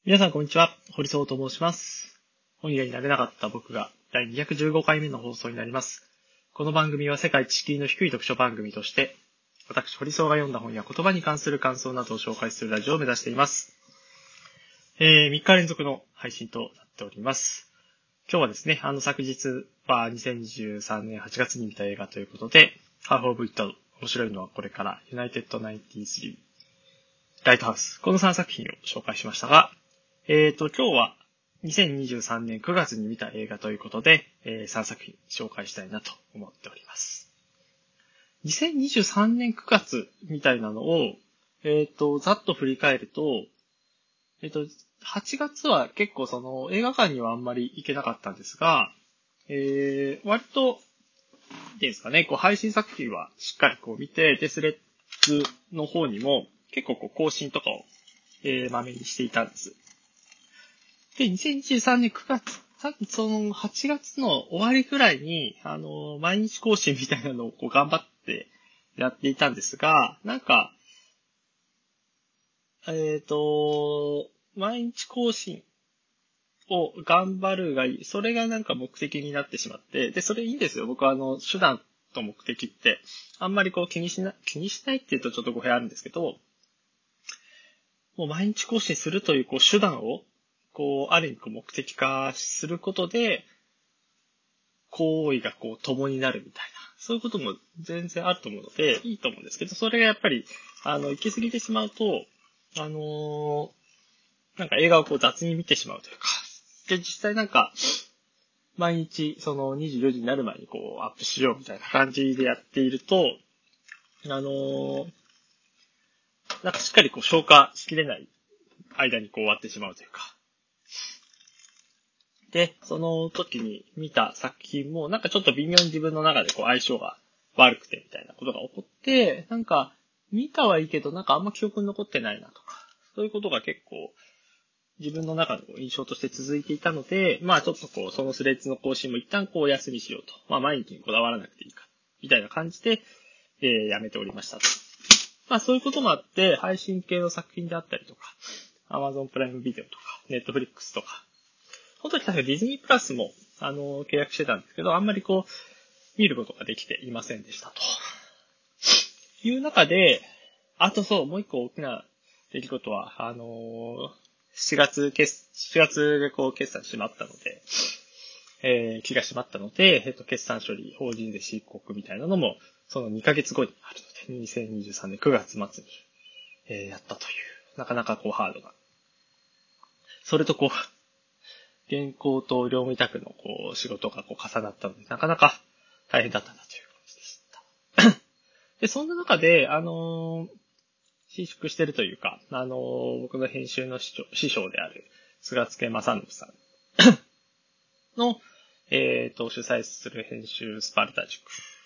皆さんこんにちは。堀総と申します。本屋になれなかった僕が第215回目の放送になります。この番組は世界知識の低い読書番組として、私堀総が読んだ本や言葉に関する感想などを紹介するラジオを目指しています。3日連続の配信となっております。今日はですね、昨日は2023年8月に見た映画ということで、ハーフ・オブ・イット、面白いのはこれから、ユナイテッド93、ライトハウス、この3作品を紹介しましたが、今日は2023年9月に見た映画ということで、3作品紹介したいなと思っております。2023年9月みたいなのを、ざっと振り返ると、8月は結構その映画館にはあんまり行けなかったんですが、割と、ですかね、配信作品はしっかり見て、で、スレッズの方にも結構更新とかを、まめにしていたんです。で、2023年9月、その8月の終わりぐらいに、毎日更新みたいなのを頑張ってやっていたんですが、なんか、毎日更新を頑張るがいい。それがなんか目的になってしまって、で、それいいんですよ。僕は手段と目的って、あんまり気にしないって言うとちょっと語弊あるんですけど、もう毎日更新するという手段を、ある意味目的化することで、行為が共になるみたいな。そういうことも全然あると思うので、いいと思うんですけど、それがやっぱり、行き過ぎてしまうと、なんか映画を雑に見てしまうというか。で、実際なんか、毎日、その24時になる前にアップしようみたいな感じでやっていると、なんかしっかり消化しきれない間に終わってしまうというか。で、その時に見た作品も、なんかちょっと微妙に自分の中で相性が悪くてみたいなことが起こって、なんか見たはいいけど、なんかあんま記憶に残ってないなとか、そういうことが結構自分の中の印象として続いていたので、まあちょっとそのスレッズの更新も一旦お休みしようと。まあ毎日にこだわらなくていいか、みたいな感じで、やめておりましたと。まあそういうこともあって、配信系の作品であったりとか、Amazon プライムビデオとか、Netflix とか、本当に確かディズニープラスも、契約してたんですけど、あんまり見ることができていませんでしたと。いう中で、あとそう、もう一個大きな出来事は、7月で決算閉まったので、気が閉まったので、決算処理、法人税申告みたいなのも、その2ヶ月後にあるので、2023年9月末に、やったという、なかなかハードな。それと原稿と業務委託の仕事が重なったので、なかなか大変だったなという感じでした。で、そんな中で、伸縮してるというか、僕の編集の師匠である菅助正信さんの、主催する編集スパルタ塾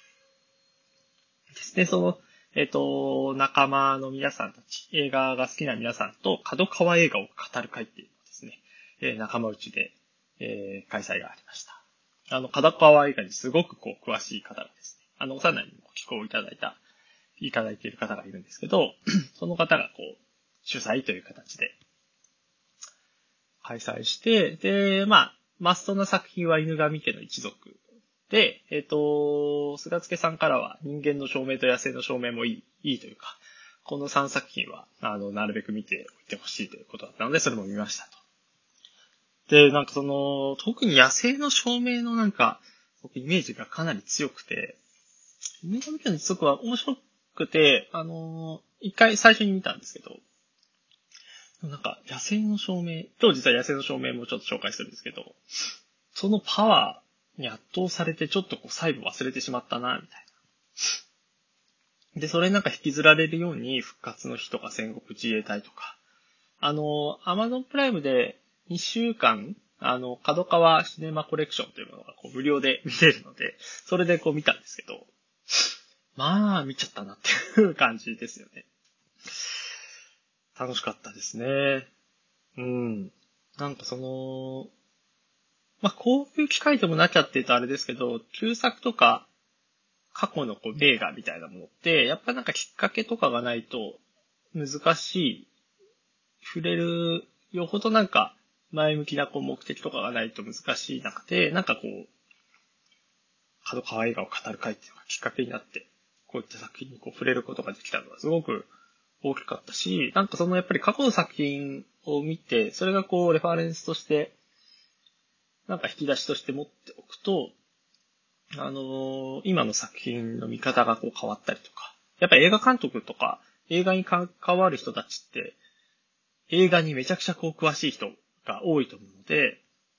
ですね。仲間の皆さんたち、映画が好きな皆さんと角川映画を語る会っていうのをですね、仲間内で、開催がありました。角川映画にすごく詳しい方がですね、幼いにも寄稿をいただいている方がいるんですけど、その方が主催という形で開催して、で、まあ、マストな作品は犬神家の一族で、菅助さんからは人間の証明と野生の証明もいいというか、この3作品は、なるべく見ておいてほしいということだったので、それも見ましたと。で、なんか特に野生の証明の僕イメージがかなり強くて、犬神家の一族は面白くて、一回最初に見たんですけど、なんか野生の証明、今日実は野生の証明もちょっと紹介するんですけど、そのパワーに圧倒されてちょっと細部忘れてしまったな、みたいな。で、それなんか引きずられるように復活の日とか戦国自衛隊とか、Amazon プライムで2週間、角川シネマコレクションというものが無料で見れるので、それで見たんですけど、まあ見ちゃったなっていう感じですよね。楽しかったですね。うん。なんかまあ、こういう機会でもなきゃって言うとあれですけど、旧作とか過去の名画みたいなものって、やっぱなんかきっかけとかがないと難しい、触れるよほどなんか、前向きなこう目的とかがないと難しい中で、なんかこう、角川映画を語る会っていうのがきっかけになって、こういった作品にこう触れることができたのはすごく大きかったし、なんかそのやっぱり過去の作品を見て、それがこうレファレンスとして、なんか引き出しとして持っておくと、今の作品の見方がこう変わったりとか、やっぱり映画監督とか映画に関わる人たちって、映画にめちゃくちゃこう詳しい人が多いと思うので、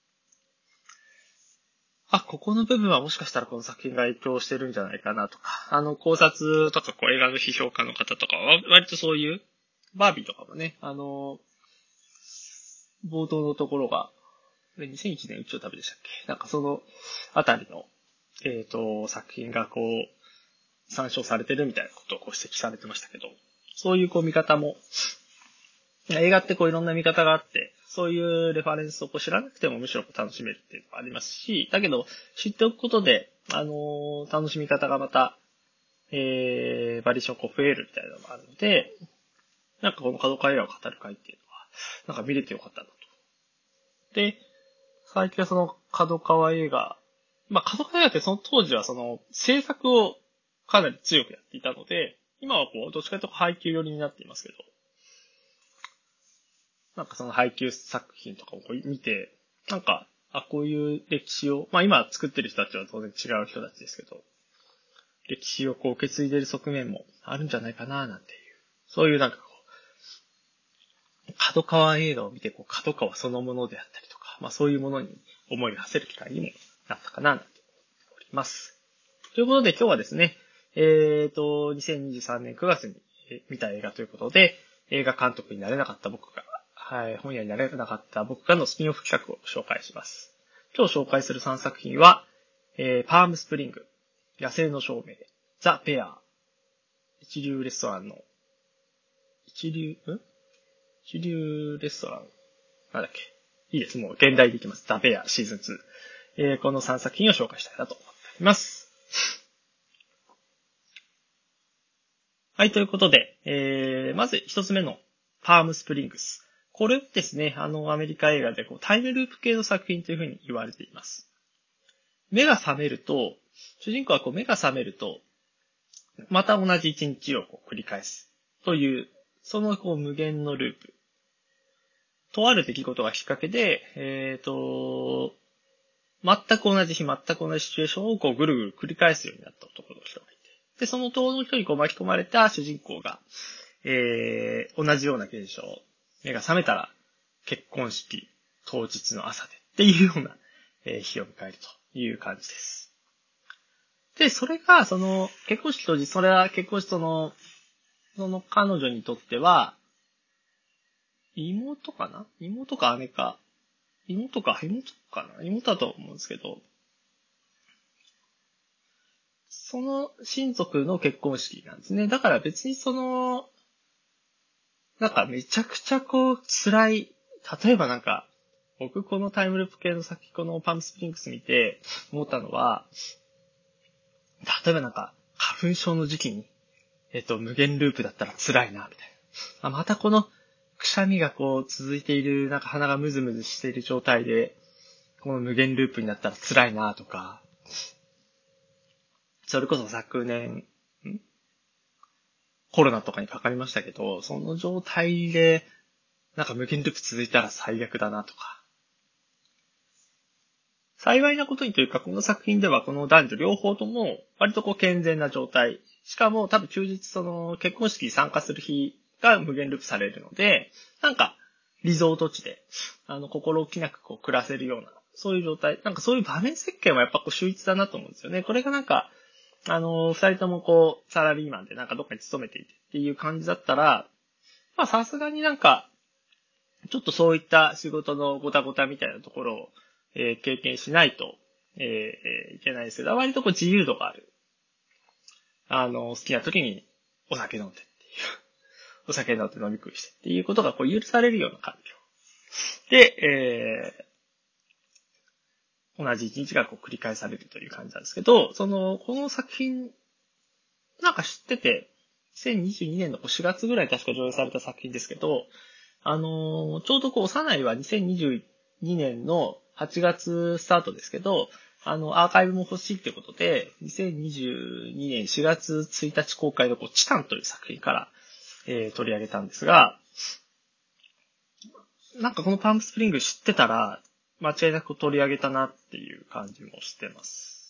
ここの部分はもしかしたらこの作品が影響してるんじゃないかなとか、考察とかこう映画の批評家の方とかは割とそういう、バービーとかもね、冒頭のところが、2001年宇宙の旅でしたっけ？なんかそのあたりの、作品がこう、参照されてるみたいなことをこう指摘されてましたけど、そういうこう見方も、映画ってこういろんな見方があって、そういうレファレンスをこう知らなくてもむしろ楽しめるっていうのがありますし、だけど知っておくことで、楽しみ方がまた、バリエーションこう増えるみたいなのがあるので、なんかこの角川映画を語る会っていうのは、なんか見れてよかったなと。で、最近はその角川映画、角川映画ってその当時はその制作をかなり強くやっていたので、今はこう、どっちかというと配給寄りになっていますけど、なんかその配給作品とかをこう見て、なんか、こういう歴史を、今作ってる人たちは当然違う人たちですけど、歴史をこう受け継いでる側面もあるんじゃないかななんていう、そういうなんかこう、角川映画を見てこう、角川そのものであったりとか、そういうものに思いを馳せる機会にもなったかななんて思っております。ということで今日はですね、2023年9月に見た映画ということで、映画監督になれなかった僕が、本屋になれなかった僕がのスピンオフ企画を紹介します。今日紹介する3作品は、パームスプリング、野生の照明、ザ・ベア、一流レストラン、なんだっけ。いいです。もう現代でいきます。ザ・ベアシーズン2。この3作品を紹介したいなと思っております。はい、ということで、まず一つ目のパームスプリングス。これですね、アメリカ映画でこうタイムループ系の作品というふうに言われています。目が覚めると、主人公はこう目が覚めると、また同じ一日をこう繰り返す。という、そのこう無限のループ。とある出来事がきっかけで、全く同じ日、全く同じシチュエーションをこうぐるぐる繰り返すようになった男の人がいて。で、その男の人にこう巻き込まれた主人公が、同じような現象、目が覚めたら結婚式当日の朝でっていうような、日を迎えるという感じです。で、それが、その、結婚式当日、それは結婚式その彼女にとっては、妹かな妹か姉か。妹かな妹だと思うんですけど、その親族の結婚式なんですね。だから別にその、なんかめちゃくちゃこう辛い、例えばなんか、僕このタイムループ系のこのパームスプリングス見て思ったのは、例えばなんか、花粉症の時期に、無限ループだったら辛いな、みたいな。またこの、くしゃみがこう続いている、なんか鼻がムズムズしている状態で、この無限ループになったら辛いな、とか、それこそ昨年、コロナとかにかかりましたけど、その状態で、なんか無限ループ続いたら最悪だなとか。幸いなことにというか、この作品ではこの男女両方とも割とこう健全な状態。しかも多分休日その結婚式に参加する日が無限ループされるので、なんかリゾート地で、心置きなくこう暮らせるような、そういう状態。なんかそういう場面設計もやっぱこう秀逸だなと思うんですよね。これがなんか、二人ともこう、サラリーマンでなんかどっかに勤めていてっていう感じだったら、さすがになんか、ちょっとそういった仕事のごたごたみたいなところを、経験しないと、いけないですけど、割とこう自由度がある。好きな時にお酒飲んでっていう。お酒飲んで飲み食いしてっていうことがこう許されるような環境。で、同じ一日がこう繰り返されるという感じなんですけど、この作品、なんか知ってて、2022年の4月ぐらい確か上映された作品ですけど、 ちょうど幼いは2022年の8月スタートですけど、アーカイブも欲しいってことで、2022年4月1日公開のチタンという作品から、取り上げたんですが、なんかこのパームスプリング知ってたら、間違いなく取り上げたなっていう感じもしてます。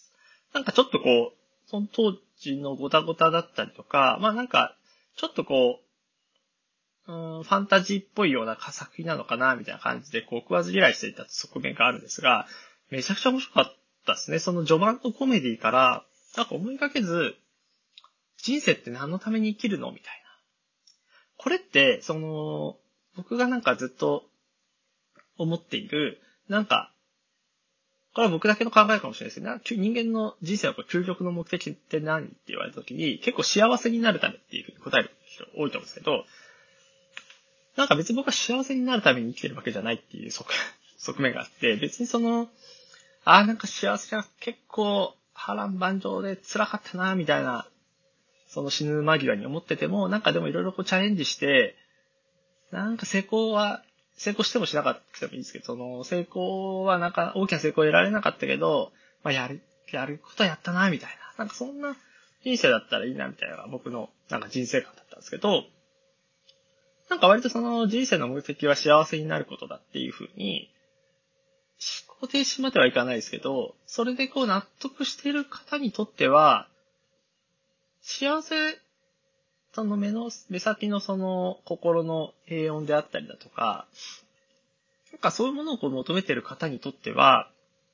なんかちょっとその当時のゴタゴタだったりとか、なんか、ちょっとファンタジーっぽいような作品なのかな、みたいな感じで、食わず嫌いしていた側面があるんですが、めちゃくちゃ面白かったですね。その序盤のコメディから、なんか思いがけず、人生って何のために生きるのみたいな。これって、僕がなんかずっと思っている、なんか、これは僕だけの考えかもしれないですけど、人間の人生の究極の目的って何って言われたときに、結構幸せになるためっていうふうに答える人多いと思うんですけど、なんか別に僕は幸せになるために生きてるわけじゃないっていう側面があって、別になんか幸せが結構波乱万丈で辛かったな、みたいな、死ぬ間際に思ってても、なんかでもいろいろチャレンジして、なんか成功してもしなかったもいいんですけど、成功はなんか大きな成功を得られなかったけど、やることはやったな、みたいな。なんかそんな人生だったらいいな、みたいなのが僕のなんか人生観だったんですけど、なんか割と人生の目的は幸せになることだっていうふうに、思考停止まではいかないですけど、それで納得している方にとっては、幸せ、目先の心の平穏であったりだとか、なんかそういうものを求めている方にとっては、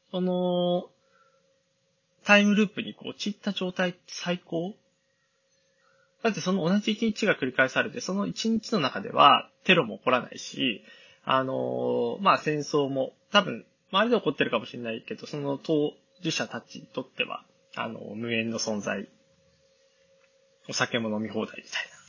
タイムループに陥った状態って最高？だって同じ一日が繰り返されて、その一日の中ではテロも起こらないし、戦争も多分周りで起こってるかもしれないけど、その当事者たちにとっては、無縁の存在。お酒も飲み放題みたいな。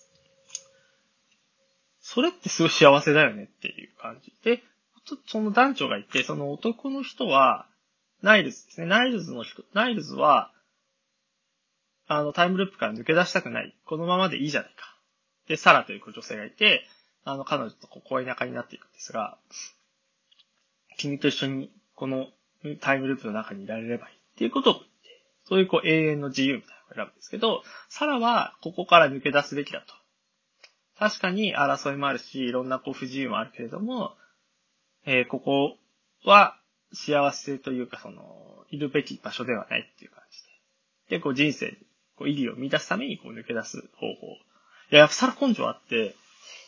それってすごい幸せだよねっていう感じで、その男女がいて、その男の人は、ナイルズですね。ナイルズは、タイムループから抜け出したくない。このままでいいじゃないか。で、サラという女性がいて、彼女と恋仲になっていくんですが、君と一緒にこのタイムループの中にいられればいいっていうことを言って、そういう永遠の自由みたいなのを選ぶんですけど、サラはここから抜け出すべきだと。確かに争いもあるし、いろんな不自由もあるけれども、ここは幸せというか、いるべき場所ではないっていう感じで。で、人生に、意義を見出すために抜け出す方法。やっぱサラ根性あって、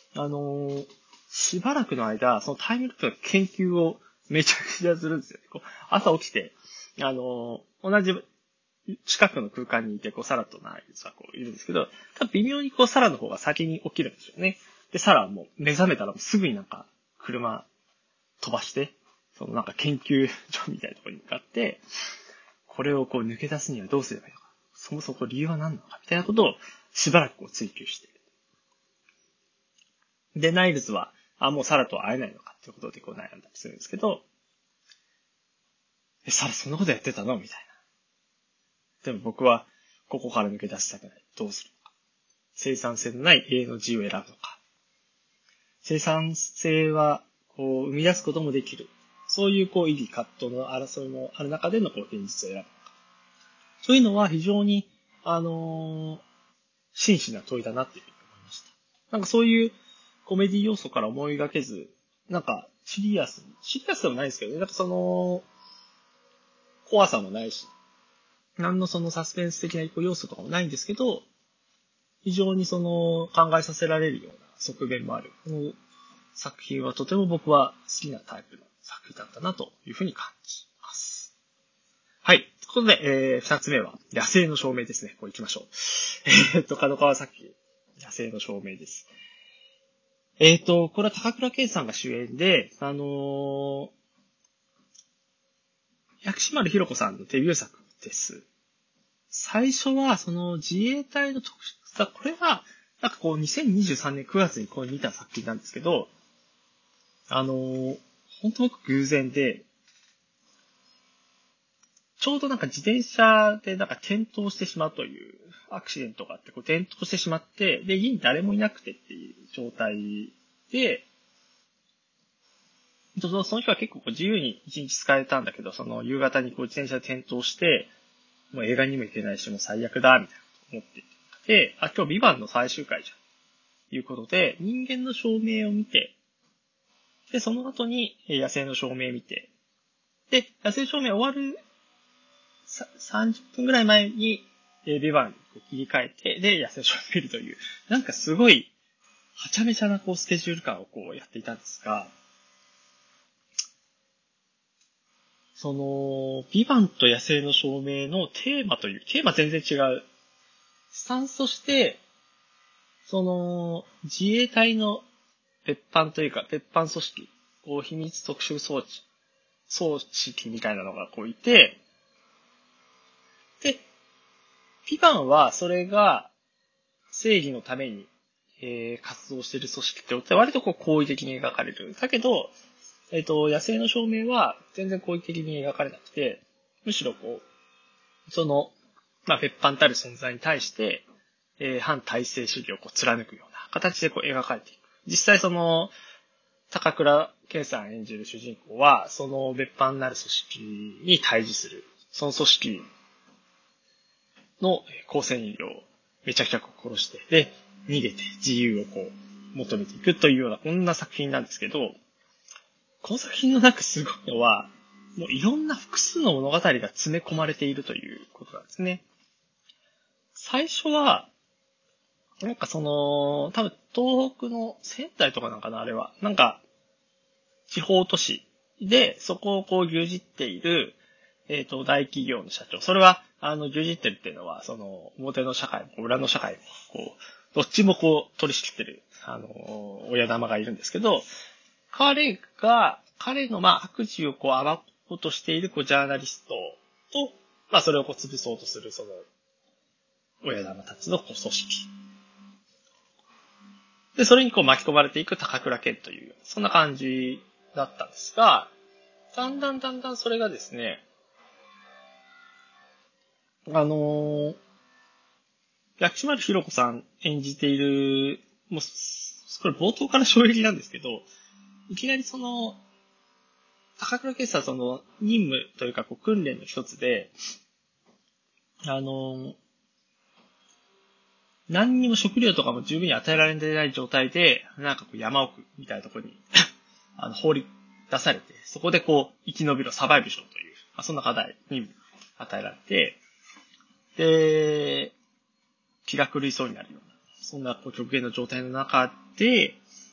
しばらくの間、そのタイムループの研究をめちゃくちゃするんですよ。朝起きて、同じ近くの空間にいて、サラとナイルズはいるんですけど、微妙にサラの方が先に起きるんですよね。で、サラはもう目覚めたらすぐになんか車飛ばして、なんか研究所みたいなところに向かって、これを抜け出すにはどうすればいいのか。そもそも理由は何なのかみたいなことをしばらく追求している。で、ナイルズは、もうサラとは会えないのかっていうことで悩んだりするんですけど、サラそんなことやってたのみたいな。でも僕は、ここから抜け出したくない。どうするのか。生産性のない永遠の自由を選ぶのか。生産性は、生み出すこともできる。そういう意義葛藤の争いもある中での現実を選ぶのか。そういうのは非常に、真摯な問いだなっていうふうに思いました。なんかそういうコメディ要素から思いがけず、なんかシリアスでもないですけどね。なんか怖さもないし、何のサスペンス的な要素とかもないんですけど、非常に考えさせられるような側面もある。この作品はとても僕は好きなタイプの作品だったなというふうに感じます。はい。ということで、二つ目は、野生の証明ですね。行きましょう。角川作品、野生の証明です。これは高倉健さんが主演で、薬師丸ひろ子さんのデビュー作です。最初は、自衛隊の特殊、これは、なんか2023年9月に見た作品なんですけど、本当僕偶然で、ちょうどなんか自転車でなんか転倒してしまうというアクシデントがあって、転倒してしまって、で、家に誰もいなくてっていう状態で、 その日は結構自由に一日使えたんだけど、その夕方に自転車で転倒して、もう映画にも行けないし、もう最悪だ、みたいなこと思っていて、今日ビバンの最終回じゃん。ということで、人間の証明を見て、で、その後に野生の証明を見て、で、野生証明終わる30分ぐらい前に、ビバンに切り替えて、で、野生証明見るという、なんかすごい、はちゃめちゃなスケジュール感をやっていたんですが、その、ビバンと野生の証明のテーマ全然違う。スタンスとして、その、自衛隊の別班というか、別班組織、秘密特殊装置みたいなのがいて、で、ビバンはそれが正義のために、活動している組織ってことで割と好意的に描かれる。だけど、野生の証明は全然好意的に描かれなくて、むしろその、別班たる存在に対して、反体制主義を貫くような形で描かれていく。実際その、高倉健さん演じる主人公は、その別班なる組織に対峙する。その組織の構成員をめちゃくちゃ殺して、で、逃げて自由を求めていくというような、こんな作品なんですけど、この作品のすごいのは、もういろんな複数の物語が詰め込まれているということなんですね。最初は、その、多分東北の仙台とかなんかな、あれは。地方都市で、そこを牛耳っている、大企業の社長。それは、牛耳ってるっていうのは、その、表の社会も、裏の社会も、どっちも取り仕切ってる、親玉がいるんですけど、彼の悪事を暴こうとしているジャーナリストと、それを潰そうとする、その、親玉たちの組織。で、それに巻き込まれていく高倉健という、そんな感じだったんですが、だんだんそれがですね、薬師丸ひろ子さん演じている、もう、これ冒頭から衝撃なんですけど、いきなりその、高倉健さんその任務というか訓練の一つで、何にも食料とかも十分に与えられない状態で、山奥みたいなところに放り出されて、そこで生き延びろ、サバイブしろという、そんな課題に与えられて、で、気が狂いそうになるような、そんな極限の状態の中で、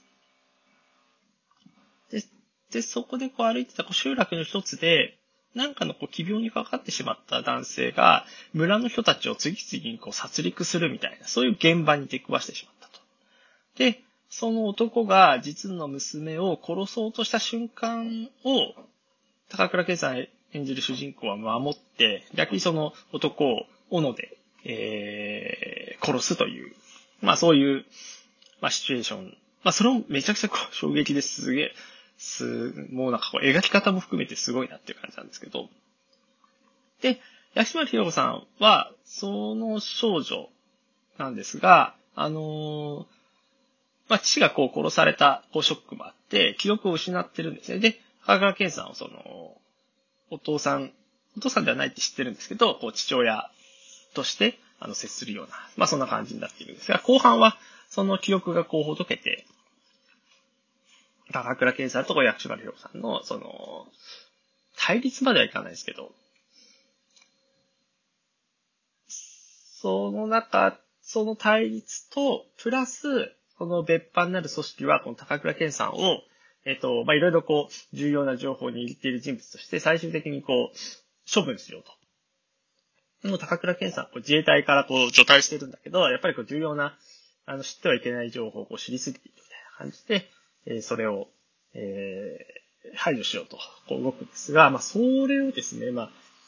で、そこで歩いてた集落の一つで、奇病にかかってしまった男性が、村の人たちを次々に殺戮するみたいな、そういう現場に出くわしてしまったと。で、その男が実の娘を殺そうとした瞬間を、高倉健さん演じる主人公は守って、逆にその男を斧で、殺すという、そういう、シチュエーション。それもめちゃくちゃ衝撃ですげえ、もう描き方も含めてすごいなっていう感じなんですけど。で、薬師丸ひろ子さんは、その少女なんですが、父が殺されたショックもあって、記憶を失ってるんですね。で、高倉健さんをお父さんではないって知ってるんですけど、父親として、接するような、そんな感じになっているんですが、後半は、その記憶がほどけて、高倉健さんと薬師丸ひろ子さんの、対立まではいかないですけど、その対立と、プラス、この別班なる組織は、この高倉健さんを、いろいろ重要な情報に入れている人物として、最終的に処分しようと。でも高倉健さん、自衛隊から除隊してるんだけど、やっぱり重要な、知ってはいけない情報を知りすぎているみたいな感じで、それを、排除しようと、動くんですが、それをですね、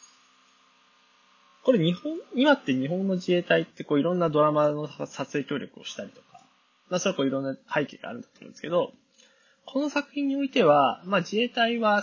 これ今って日本の自衛隊っていろんなドラマの撮影協力をしたりとか、それはいろんな背景があるんだと思うんですけど、この作品においては、自衛隊は、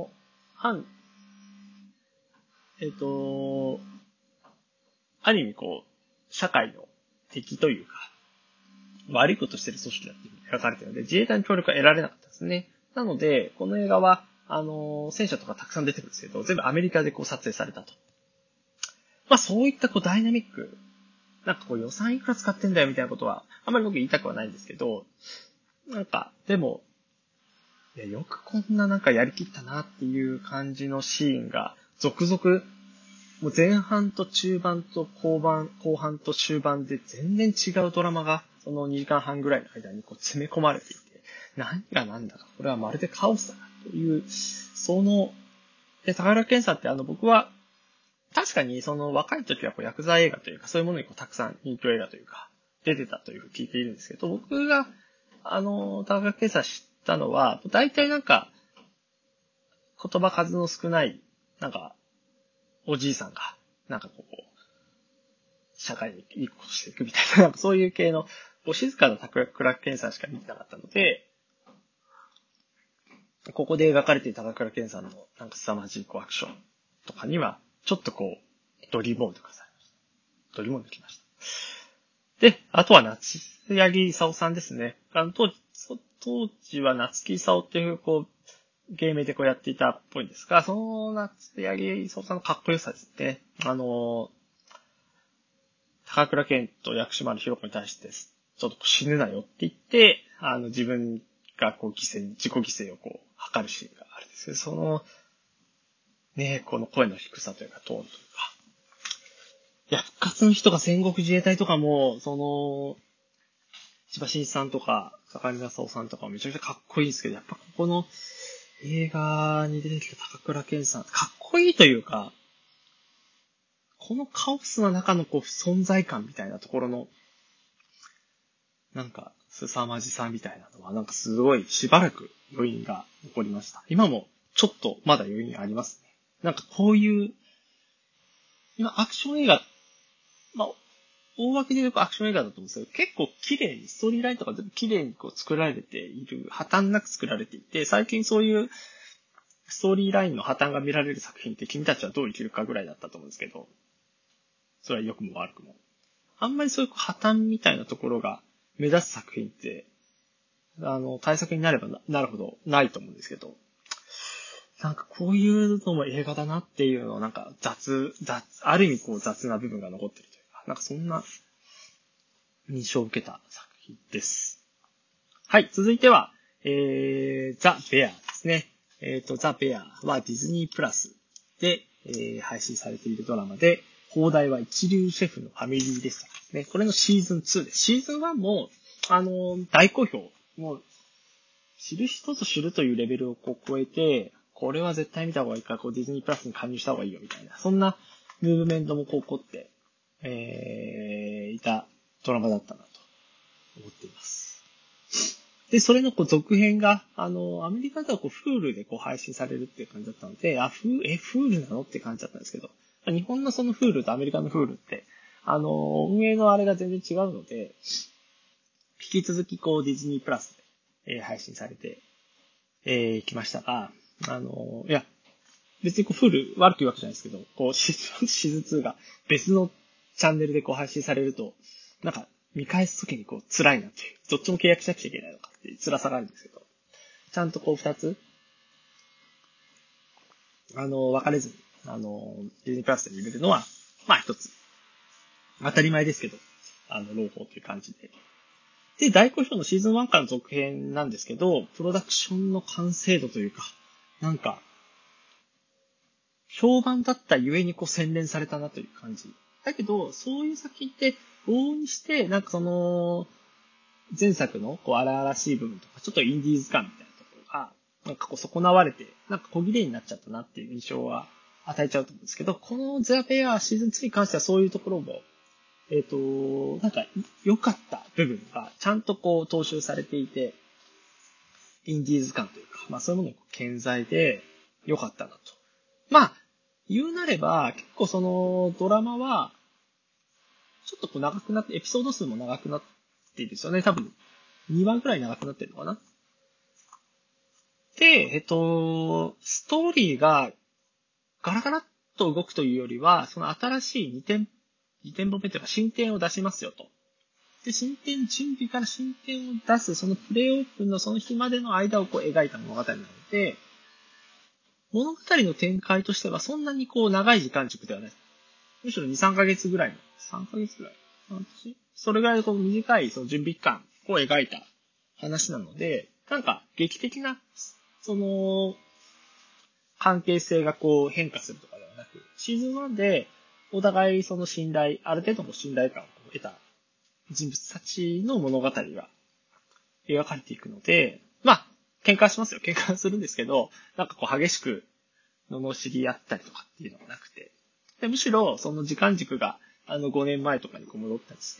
ある意味社会の敵というか、悪いことしてる組織だっていうふうに描かれているので、自衛隊の協力は得られなかったですね。 なので、この映画は、戦車とかたくさん出てくるんですけど、全部アメリカでこう撮影されたと。まあそういったこうダイナミック、なんかこう予算いくら使ってんだよみたいなことは、あんまり僕言いたくはないんですけど、なんか、でも、いや、よくこんななんかやりきったなっていう感じのシーンが、続々、もう前半と中盤と後半と終盤で全然違うドラマが、その2時間半ぐらいの間にこう詰め込まれていて、何が何だか、これはまるでカオスだなという、高倉健さんって僕は、確かにその若い時はこうヤクザ映画というか、そういうものにこうたくさん人気映画というか、出てたというふうに聞いているんですけど、僕が、高倉健さん知ったのは、大体なんか、言葉数の少ない、なんか、おじいさんが、なんかこう、社会にいいことしていくみたいな、なんかそういう系の、お静かな高倉健さんしか見てなかったので、ここで描かれている高倉健さんのなんか凄まじいこうアクションとかには、ちょっとこう、ドリーモード化されました。ドリーモードきました。で、あとは夏柳功さんですね。当時は夏木功っていうこう、芸名でこうやっていたっぽいんですが、その夏柳功さんのかっこよさですね。高倉健と薬師丸ひろ子に対して、ちょっと死ぬなよって言って、自分がこう自己犠牲をこう、図るシーンがあるんですけど、その、ね、この声の低さというか、トーンというか。いや、復活の日とか戦国自衛隊とかも、千葉真一さんとか、坂井正夫さんとかもめちゃくちゃかっこいいんですけど、やっぱここの映画に出てきた高倉健さん、かっこいいというか、このカオスな中のこう存在感みたいなところの、なんか、凄まじさみたいなのは、なんかすごいしばらく余韻が残りました。今もちょっとまだ余韻ありますね。なんかこういう、今アクション映画、まあ、大枠で言うとアクション映画だと思うんですけど、結構綺麗に、ストーリーラインとか全部綺麗にこう作られている、破綻なく作られていて、最近そういうストーリーラインの破綻が見られる作品って君たちはどう生きるかぐらいだったと思うんですけど、それは良くも悪くも。あんまりそういう破綻みたいなところが目立つ作品って、大作になれば なるほどないと思うんですけど、なんかこういうのも映画だなっていうのをなんかある意味こう雑な部分が残ってるというか、なんかそんな印象を受けた作品です。はい、続いては、ザ・ベアですね。ザ・ベアはディズニープラスで、配信されているドラマで、放題は一流シェフのファミリーレストランですね。これのシーズン2です。シーズン1も、大好評。もう、知る人ぞ知るというレベルをこう超えて、これは絶対見た方がいいから、こうディズニープラスに加入した方がいいよみたいな、そんなムーブメントもこう起こって、いたドラマだったなと思っています。で、それのこう続編が、アメリカではこう、フールでこう配信されるっていう感じだったので、フールなのって感じだったんですけど、日本のそのフールとアメリカのフールって、運営のあれが全然違うので、引き続きこう、ディズニープラスで、配信されて、きましたが、いや、別にこう、フール悪く言うわけじゃないですけど、こう、シーズン2が別のチャンネルでこう配信されると、なんか、見返すときにこう辛いなっていう、どっちも契約しなくちゃいけないのかっていう辛さがあるんですけど、ちゃんとこう二つ、分かれずに、ディズニープラスで見れるのは、まあ一つ、当たり前ですけど、朗報という感じで。で、大好評のシーズン1からの続編なんですけど、プロダクションの完成度というか、なんか、評判だったゆえにこう洗練されたなという感じ。だけど、そういう作品って、往々にして、なんかその、前作のこう荒々しい部分とか、ちょっとインディーズ感みたいなところが、なんかこう損なわれて、なんか小切れになっちゃったなっていう印象は与えちゃうと思うんですけど、このザ・ベアシーズン2に関してはそういうところも、なんか良かった部分がちゃんとこう踏襲されていて、インディーズ感というか、まあそういうものが健在で良かったなと。まあ、言うなれば、結構そのドラマは、ちょっとこう長くなって、エピソード数も長くなっているんですよね。多分、2話ぐらい長くなってるのかな。で、ストーリーがガラガラっと動くというよりは、その新しい2点目というか進展を出しますよと。 で、準備から進展を出す、そのプレイオープンのその日までの間を描いた物語なので、物語の展開としてはそんなに長い時間軸ではない。むしろ2、3ヶ月ぐらいの、3ヶ月ぐらいそれぐらい短いその準備期間を描いた話なので、劇的な、関係性が変化するとかではなく、シーズン1でお互いその信頼、ある程度の信頼感を得た人物たちの物語が描かれていくので、喧嘩しますよ。喧嘩するんですけど、激しく罵り合ったりとかっていうのはなくて、でむしろその時間軸が5年前とかに戻ったりして、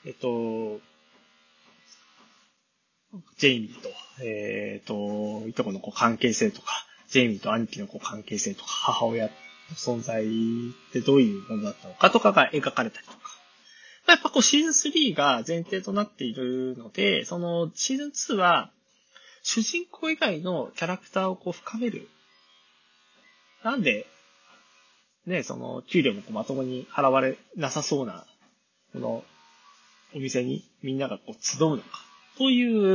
ジェイミーと、いとこの関係性とか、ジェイミーと兄貴の関係性とか、母親の存在ってどういうものだったのかとかが描かれたりとか。やっぱシーズン3が前提となっているので、そのシーズン2は、主人公以外のキャラクターを深める。なんで、ね、給料もまともに払われなさそうな、この、お店にみんなが集うのか。という、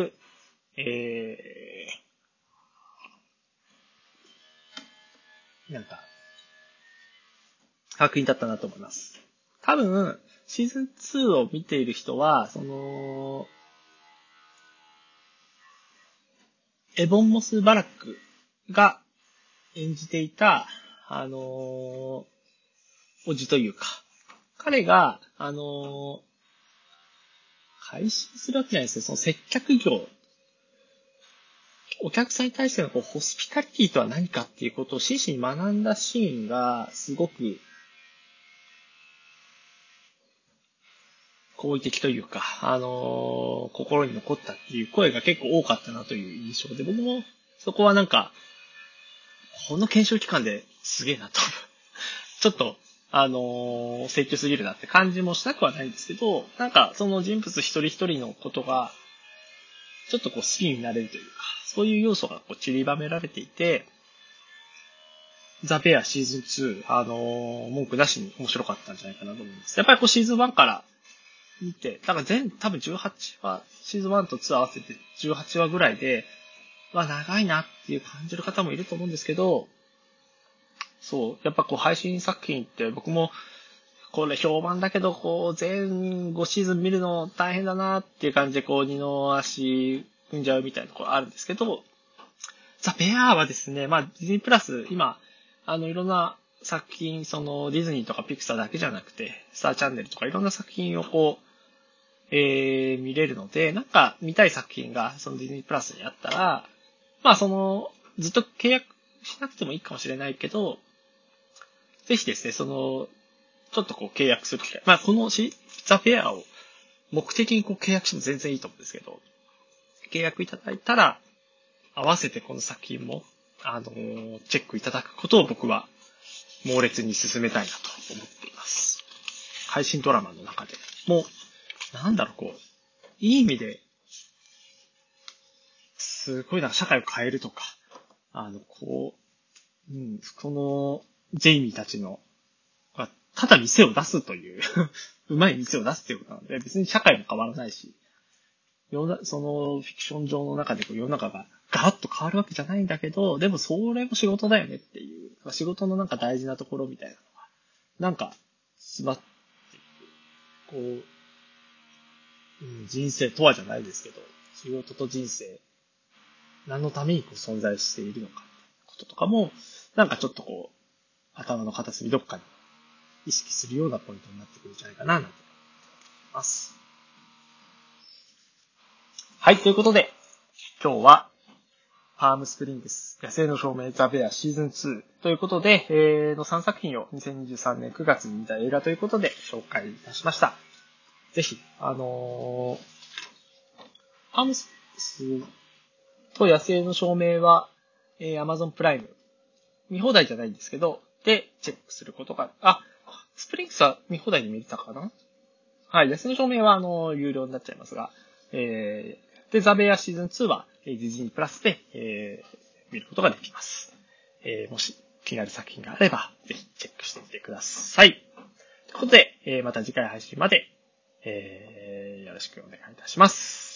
作品だったなと思います。多分、シーズン2を見ている人は、エボン・モス・バラックが演じていた、おじというか、彼が、改心するわけじゃないですよ。その接客業。お客さんに対してのホスピタリティとは何かっていうことを真摯に学んだシーンがすごく好意的というか、心に残ったっていう声が結構多かったなという印象で、僕もそこはこの検証期間ですげえなと。ちょっと、請求すぎるなって感じもしなくはないんですけど、その人物一人一人のことが、ちょっと好きになれるというか、そういう要素が散りばめられていて、ザ・ベアシーズン2、文句なしに面白かったんじゃないかなと思います。やっぱりシーズン1から見て、多分18話、シーズン1と2合わせて18話ぐらいで、長いなっていう感じる方もいると思うんですけど、そう、やっぱ配信作品って僕も、これ評判だけど、全5シーズン見るの大変だなっていう感じで、二の足踏んじゃうみたいなところあるんですけど、ザ・ベアはですね、ディズニープラス、今、いろんな作品、ディズニーとかピクサーだけじゃなくて、スターチャンネルとかいろんな作品を見れるので、見たい作品が、ディズニープラスにあったら、ずっと契約しなくてもいいかもしれないけど、ぜひですね、ちょっと契約する機会。このザ・フェアを目的に契約しても全然いいと思うんですけど、契約いただいたら、合わせてこの作品も、チェックいただくことを僕は猛烈に進めたいなと思っています。配信ドラマの中でも、いい意味で、すごい社会を変えるとか、この、ジェイミーたちの、ただ店を出すという、うまい店を出すっていうことなので、別に社会も変わらないし、フィクション上の中で世の中がガラッと変わるわけじゃないんだけど、でもそれも仕事だよねっていう、仕事の大事なところみたいなのが、詰まっていく。人生とはじゃないですけど、仕事と人生、何のために存在しているのか、こととかも、ちょっと頭の片隅どっかに意識するようなポイントになってくるんじゃないかな、なんて思います。はい、ということで、今日は、パームスプリングス、野生の証明ザ・ベアシーズン2ということで、の3作品を2023年9月に見た映画ということで紹介いたしました。ぜひ、パームスと野生の証明は、Amazon プライム、見放題じゃないんですけど、で、チェックすることが、スプリングスは見放題で見れたかな？はい、野生の証明は、有料になっちゃいますが、で、ザ・ベアシーズン2は、ディズニープラスで、見ることができます。もし気になる作品があれば、ぜひチェックしてみてください。ということで、また次回配信まで、 よろしくお願いいたします。